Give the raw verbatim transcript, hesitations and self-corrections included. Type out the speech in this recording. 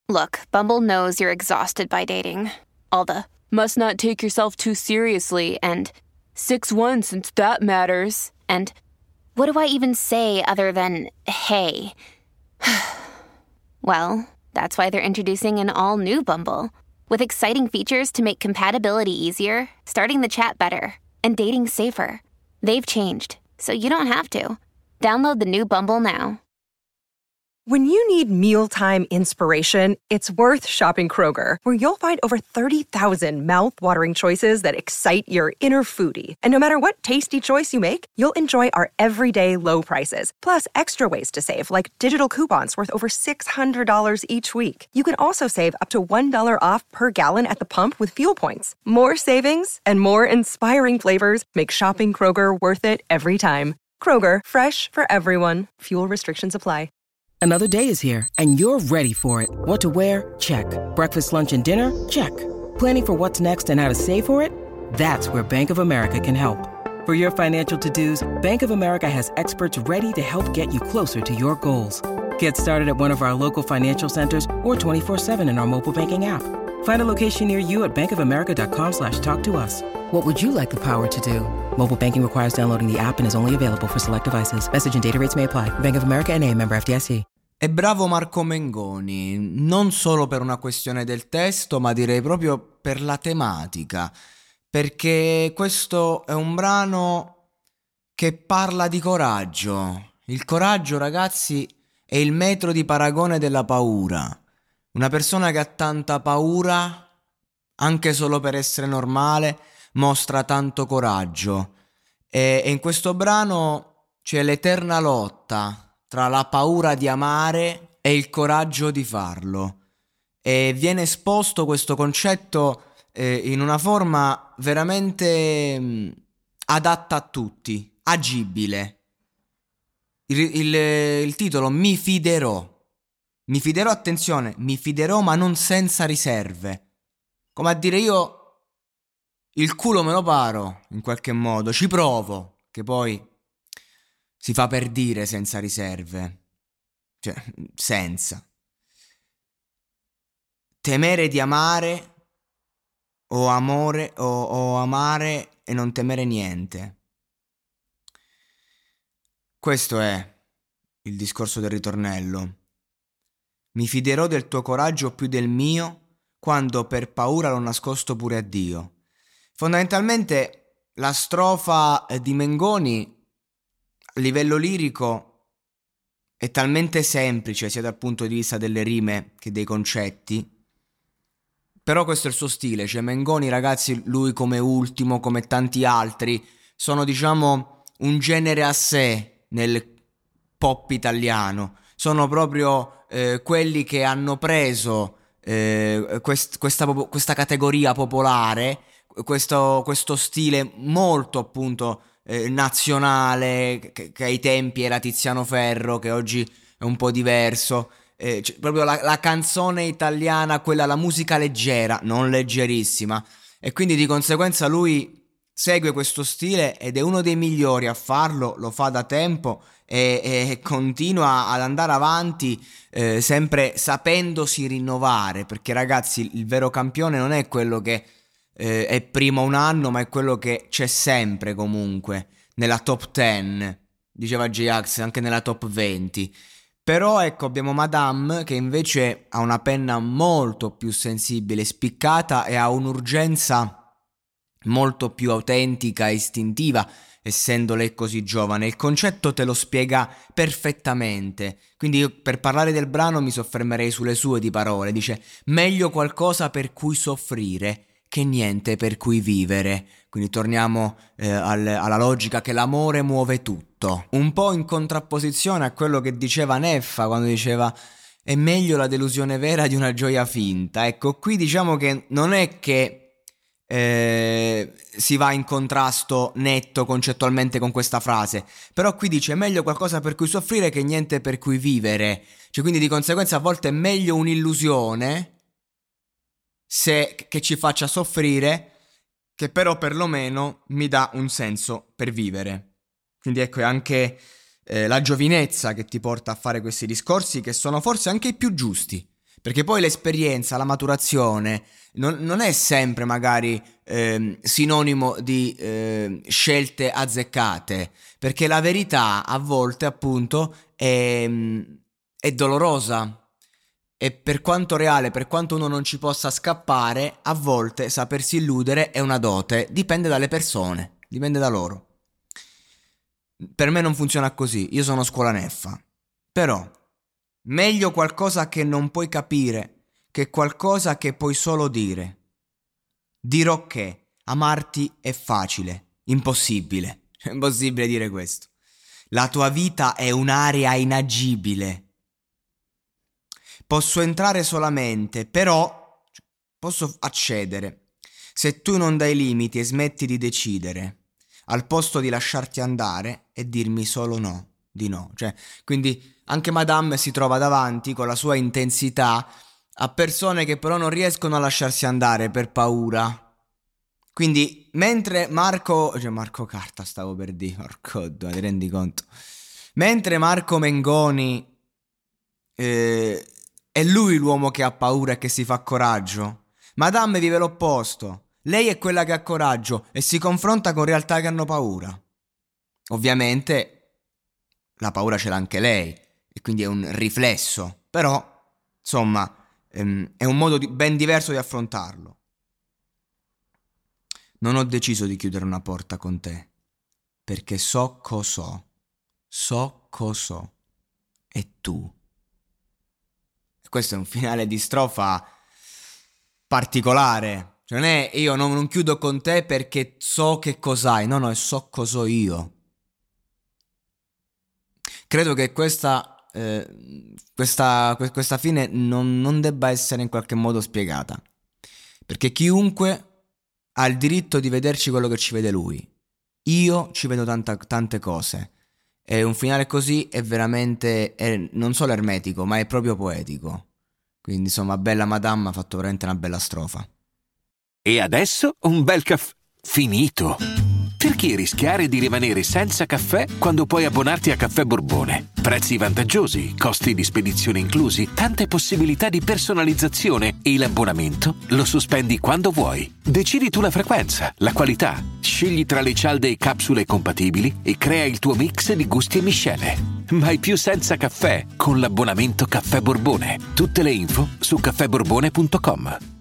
Look, Bumble knows you're exhausted by dating. All the must not take yourself too seriously and six one since that matters. And what do I even say other than hey? Well, that's why they're introducing an all-new Bumble with exciting features to make compatibility easier, starting the chat better, and dating safer. They've changed, so you don't have to. Download the new Bumble now. When you need mealtime inspiration, it's worth shopping Kroger, where you'll find over thirty thousand mouth-watering choices that excite your inner foodie. And no matter what tasty choice you make, you'll enjoy our everyday low prices, plus extra ways to save, like digital coupons worth over six hundred dollars each week. You can also save up to one dollar off per gallon at the pump with fuel points. More savings and more inspiring flavors make shopping Kroger worth it every time. Kroger, fresh for everyone. Fuel restrictions apply. Another day is here, and you're ready for it. What to wear? Check. Breakfast, lunch, and dinner? Check. Planning for what's next and how to save for it? That's where Bank of America can help. For your financial to-dos, Bank of America has experts ready to help get you closer to your goals. Get started at one of our local financial centers or twenty-four seven in our mobile banking app. Find a location near you at bankofamerica.com slash talk to us. What would you like the power to do? Mobile banking requires downloading the app and is only available for select devices. Message and data rates may apply. Bank of America N A, member F D I C. È bravo Marco Mengoni, non solo per una questione del testo, ma direi proprio per la tematica, perché questo è un brano che parla di coraggio. Il coraggio, ragazzi, è il metro di paragone della paura. Una persona che ha tanta paura, anche solo per essere normale, mostra tanto coraggio. E, e in questo brano c'è l'eterna lotta tra la paura di amare e il coraggio di farlo. E viene esposto questo concetto eh, in una forma veramente mh, adatta a tutti, agibile. Il, il, il titolo Mi fiderò. Mi fiderò, attenzione, mi fiderò ma non senza riserve. Come a dire, io il culo me lo paro, in qualche modo, ci provo, che poi si fa per dire senza riserve. Cioè, senza. Temere di amare o amore o, o amare e non temere niente. Questo è il discorso del ritornello. Mi fiderò del tuo coraggio più del mio, quando per paura l'ho nascosto pure a Dio. Fondamentalmente la strofa di Mengoni a livello lirico è talmente semplice sia dal punto di vista delle rime che dei concetti, però questo è il suo stile. Cioè Mengoni, ragazzi, lui come Ultimo, come tanti altri, sono diciamo un genere a sé nel pop italiano. Sono proprio eh, quelli che hanno preso eh, quest- questa, questa categoria popolare, questo, questo stile molto appunto eh, nazionale, che, che ai tempi era Tiziano Ferro, che oggi è un po' diverso. Eh, cioè, proprio la, la canzone italiana, quella, la musica leggera, non leggerissima, e quindi di conseguenza lui segue questo stile ed è uno dei migliori a farlo, lo fa da tempo e, e continua ad andare avanti eh, sempre sapendosi rinnovare, perché ragazzi il vero campione non è quello che eh, è primo un anno, ma è quello che c'è sempre comunque nella top dieci, diceva J-Ax, anche nella top venti. Però ecco, abbiamo Madame che invece ha una penna molto più sensibile, spiccata, e ha un'urgenza molto più autentica e istintiva, essendo lei così giovane. Il concetto te lo spiega perfettamente, quindi io per parlare del brano mi soffermerei sulle sue di parole. Dice: meglio qualcosa per cui soffrire che niente per cui vivere. Quindi torniamo eh, al, alla logica che l'amore muove tutto, un po' in contrapposizione a quello che diceva Neffa quando diceva è meglio la delusione vera di una gioia finta. Ecco, qui diciamo che non è che Eh, si va in contrasto netto concettualmente con questa frase, però qui dice meglio qualcosa per cui soffrire che niente per cui vivere, cioè quindi di conseguenza a volte è meglio un'illusione se, che ci faccia soffrire, che però perlomeno mi dà un senso per vivere. Quindi ecco, è anche eh, la giovinezza che ti porta a fare questi discorsi, che sono forse anche i più giusti, Perché poi l'esperienza, la maturazione non, non è sempre magari eh, sinonimo di eh, scelte azzeccate, perché la verità a volte appunto è, è dolorosa. E per quanto reale, per quanto uno non ci possa scappare, a volte sapersi illudere è una dote, dipende dalle persone, dipende da loro. Per me non funziona così, io sono scuola neffa. Però, meglio qualcosa che non puoi capire che qualcosa che puoi solo dire. Dirò che amarti è facile, impossibile, è impossibile dire questo. La tua vita è un'area inagibile. Posso entrare solamente, però posso accedere. Se tu non dai limiti e smetti di decidere, al posto di lasciarti andare e dirmi solo no, di no. Cioè, quindi anche Madame si trova davanti con la sua intensità a persone che però non riescono a lasciarsi andare per paura. Quindi mentre Marco, cioè Marco Carta stavo per dire, porco Dio, ti rendi conto? Mentre Marco Mengoni eh, è lui l'uomo che ha paura e che si fa coraggio, Madame vive l'opposto. Lei è quella che ha coraggio e si confronta con realtà che hanno paura. Ovviamente la paura ce l'ha anche lei e quindi è un riflesso, però insomma ehm, è un modo di, ben diverso di affrontarlo. Non ho deciso di chiudere una porta con te perché so cos'ho, so cos'ho e tu. Questo è un finale di strofa particolare. Cioè non è io non, non chiudo con te perché so che cos'hai. No, no, è so cos'ho io. Credo che questa, eh, questa, questa fine non, non debba essere in qualche modo spiegata. Perché chiunque ha il diritto di vederci quello che ci vede lui. Io ci vedo tanta, tante cose. E un finale così è veramente, è non solo ermetico, ma è proprio poetico. Quindi insomma, bella Madame ha fatto veramente una bella strofa. E adesso un bel caffè finito. Perché rischiare di rimanere senza caffè quando puoi abbonarti a Caffè Borbone? Prezzi vantaggiosi, costi di spedizione inclusi, tante possibilità di personalizzazione e l'abbonamento lo sospendi quando vuoi. Decidi tu la frequenza, la qualità, scegli tra le cialde e capsule compatibili e crea il tuo mix di gusti e miscele. Mai più senza caffè con l'abbonamento Caffè Borbone. Tutte le info su caffè borbone punto com.